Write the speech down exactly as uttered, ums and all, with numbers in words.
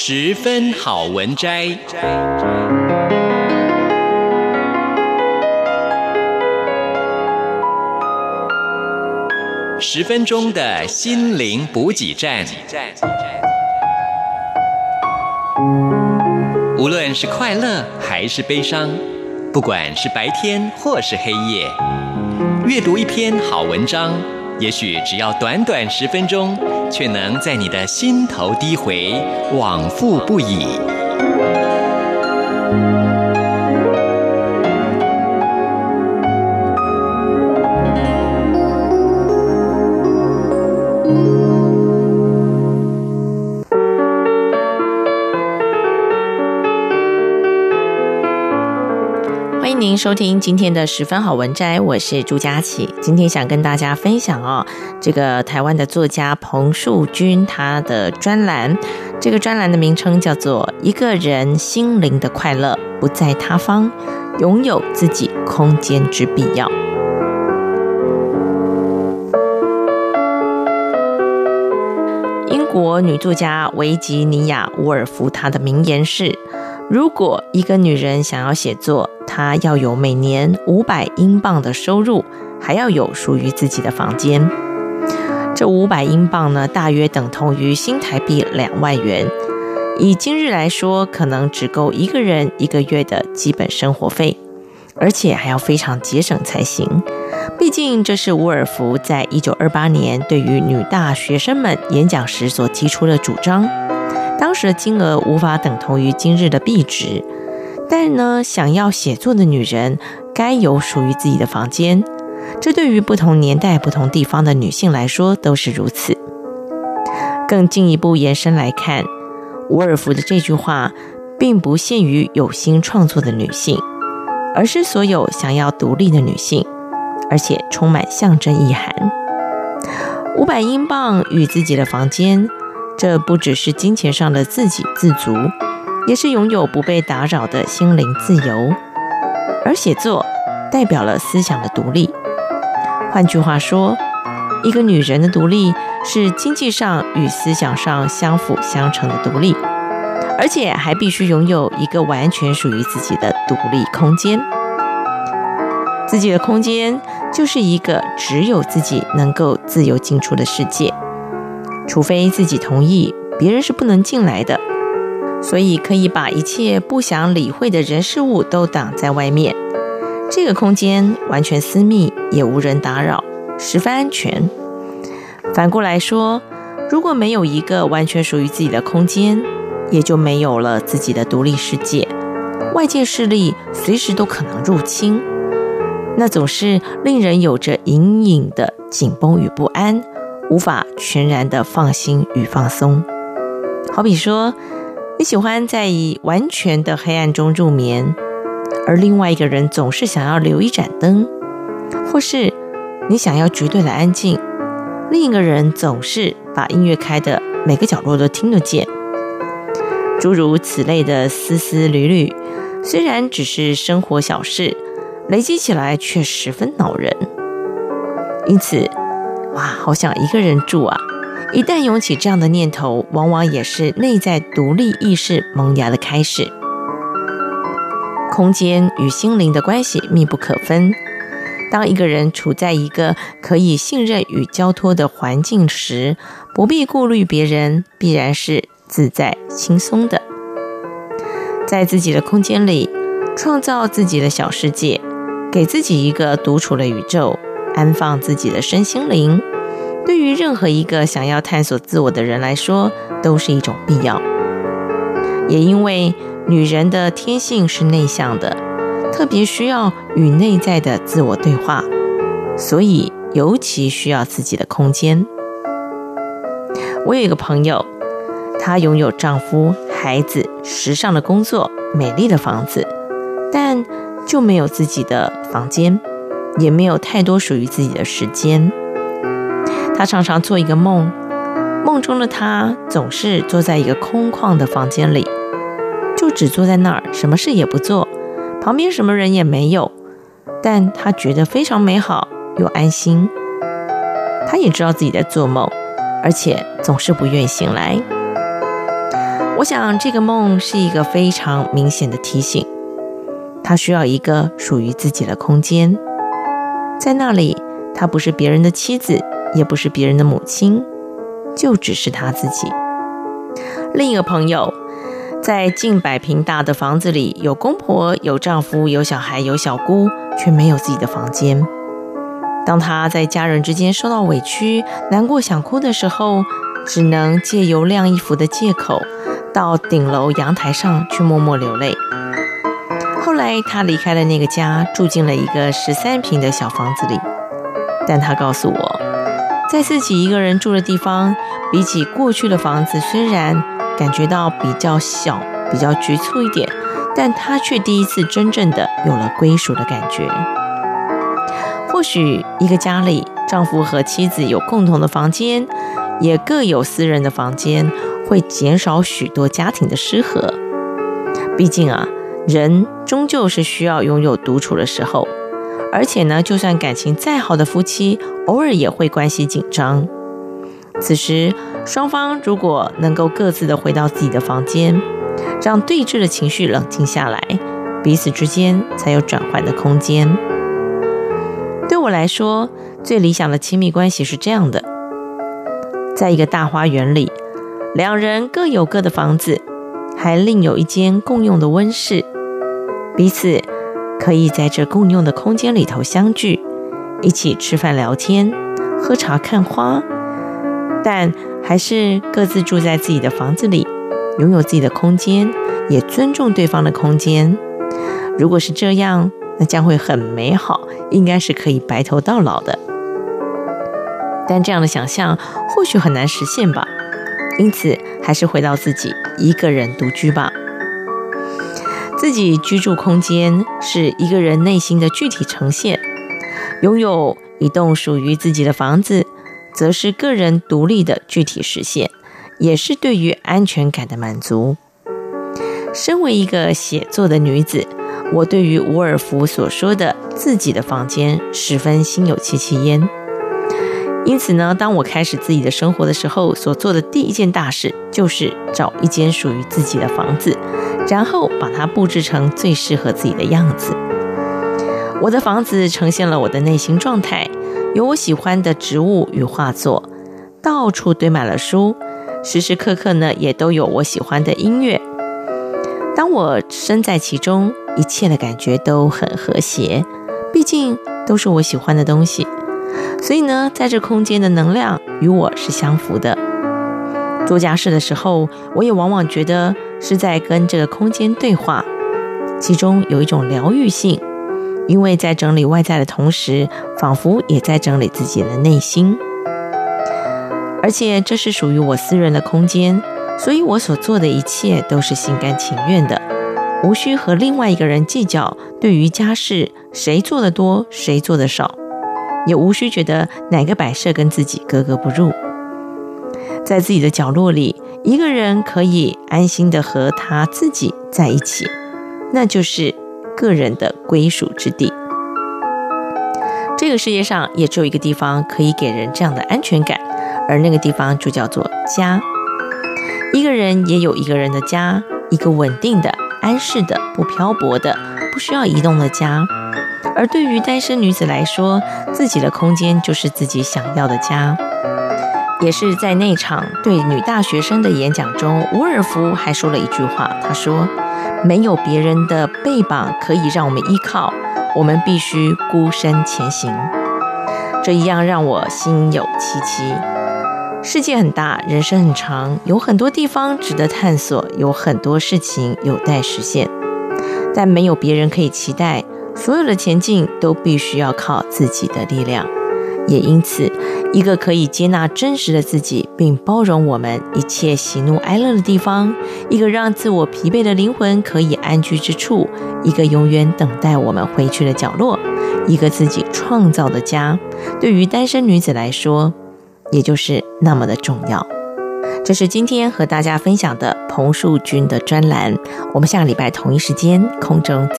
十分好文摘。十分钟的心灵补给站。无论是快乐还是悲伤，不管是白天或是黑夜，阅读一篇好文章，也许只要短短十分钟，却能在你的心头低回，往复不已。 欢迎您收听今天的十分好文摘，我是朱佳琪。今天想跟大家分享哦，这个台湾的作家彭树君他的专栏，这个专栏的名称叫做《一个人心灵的快乐不在他方，拥有自己空间之必要》。英国女作家维吉尼亚·伍尔夫她的名言是：如果一个女人想要写作，她要有每年五百英镑的收入，还要有属于自己的房间。这五百英镑呢，大约等同于新台币两万元。以今日来说，可能只够一个人一个月的基本生活费，而且还要非常节省才行。毕竟这是伍尔夫在一九二八年对于女大学生们演讲时所提出的主张。当时的金额无法等同于今日的币值，但呢，想要写作的女人该有属于自己的房间，这对于不同年代、不同地方的女性来说都是如此。更进一步延伸来看，伍尔夫的这句话并不限于有心创作的女性，而是所有想要独立的女性，而且充满象征意涵。五百英镑与自己的房间，这不只是金钱上的自给自足，也是拥有不被打扰的心灵自由。而写作代表了思想的独立。换句话说，一个女人的独立是经济上与思想上相辅相成的独立，而且还必须拥有一个完全属于自己的独立空间。自己的空间就是一个只有自己能够自由进出的世界，除非自己同意，别人是不能进来的。所以可以把一切不想理会的人事物都挡在外面。这个空间完全私密，也无人打扰，十分安全。反过来说，如果没有一个完全属于自己的空间，也就没有了自己的独立世界，外界势力随时都可能入侵，那总是令人有着隐隐的紧绷与不安，无法全然的放心与放松。好比说，你喜欢在完全的黑暗中入眠，而另外一个人总是想要留一盏灯，或是你想要绝对的安静，另一个人总是把音乐开的每个角落都听得见。诸如此类的丝丝缕缕，虽然只是生活小事，累积起来却十分恼人。因此，哇，好想一个人住啊！一旦涌起这样的念头，往往也是内在独立意识萌芽的开始。空间与心灵的关系密不可分。当一个人处在一个可以信任与交托的环境时，不必顾虑别人，必然是自在轻松的。在自己的空间里，创造自己的小世界，给自己一个独处的宇宙，安放自己的身心灵，对于任何一个想要探索自我的人来说，都是一种必要。也因为女人的天性是内向的，特别需要与内在的自我对话，所以尤其需要自己的空间。我有一个朋友，她拥有丈夫、孩子、时尚的工作、美丽的房子，但就没有自己的房间，也没有太多属于自己的时间。她常常做一个梦，梦中的她总是坐在一个空旷的房间里，就只坐在那儿，什么事也不做，旁边什么人也没有，但她觉得非常美好又安心。她也知道自己在做梦，而且总是不愿醒来。 我想这个梦是一个非常明显的提醒，他需要一个属于自己的空间，在那里他不是别人的妻子，也不是别人的母亲，就只是他自己。另一个朋友在近百平大的房子里，有公婆，有丈夫，有小孩，有小姑，却没有自己的房间。当他在家人之间受到委屈、难过、想哭的时候，只能借由晾衣服的借口到顶楼阳台上去默默流泪。后来他离开了那个家，住进了一个十三平的小房子里，但他告诉我，在自己一个人住的地方，比起过去的房子，虽然感觉到比较小，比较局促一点，但他却第一次真正的有了归属的感觉。或许一个家里，丈夫和妻子有共同的房间，也各有私人的房间，会减少许多家庭的失和。毕竟啊，人终究是需要拥有独处的时候，而且呢，就算感情再好的夫妻，偶尔也会关系紧张。此时，双方如果能够各自的回到自己的房间，让对峙的情绪冷静下来，彼此之间才有转换的空间。对我来说，最理想的亲密关系是这样的：在一个大花园里，两人各有各的房子，还另有一间共用的温室，彼此可以在这共用的空间里头相聚，一起吃饭聊天，喝茶看花，但还是各自住在自己的房子里，拥有自己的空间，也尊重对方的空间。如果是这样，那将会很美好，应该是可以白头到老的。但这样的想象或许很难实现吧，因此还是回到自己一个人独居吧。自己居住空间是一个人内心的具体呈现，拥有一栋属于自己的房子，则是个人独立的具体实现，也是对于安全感的满足。身为一个写作的女子，我对于伍尔夫所说的自己的房间十分心有戚戚焉。因此呢，当我开始自己的生活的时候，所做的第一件大事就是找一间属于自己的房子，然后把它布置成最适合自己的样子。我的房子呈现了我的内心状态，有我喜欢的植物与画作，到处堆满了书，时时刻刻呢也都有我喜欢的音乐。当我身在其中，一切的感觉都很和谐，毕竟都是我喜欢的东西，所以呢，在这空间的能量与我是相符的。做家事的时候，我也往往觉得是在跟这个空间对话，其中有一种疗愈性，因为在整理外在的同时，仿佛也在整理自己的内心。而且这是属于我私人的空间，所以我所做的一切都是心甘情愿的，无需和另外一个人计较对于家事谁做得多谁做得少，也无需觉得哪个摆设跟自己格格不入。在自己的角落里，一个人可以安心的和他自己在一起，那就是个人的归属之地。这个世界上也只有一个地方可以给人这样的安全感，而那个地方就叫做家。一个人也有一个人的家，一个稳定的、安适的、不漂泊的、不需要移动的家。而对于单身女子来说，自己的空间就是自己想要的家。也是在那场对女大学生的演讲中，伍尔夫还说了一句话，他说：没有别人的背膀可以让我们依靠，我们必须孤身前行。这一样让我心有戚戚。世界很大，人生很长，有很多地方值得探索，有很多事情有待实现，但没有别人可以期待，所有的前进都必须要靠自己的力量。也因此，一个可以接纳真实的自己，并包容我们一切喜怒哀乐的地方，一个让自我疲惫的灵魂可以安居之处，一个永远等待我们回去的角落，一个自己创造的家，对于单身女子来说，也就是那么的重要。这是今天和大家分享的彭树君的专栏，我们下个礼拜同一时间空中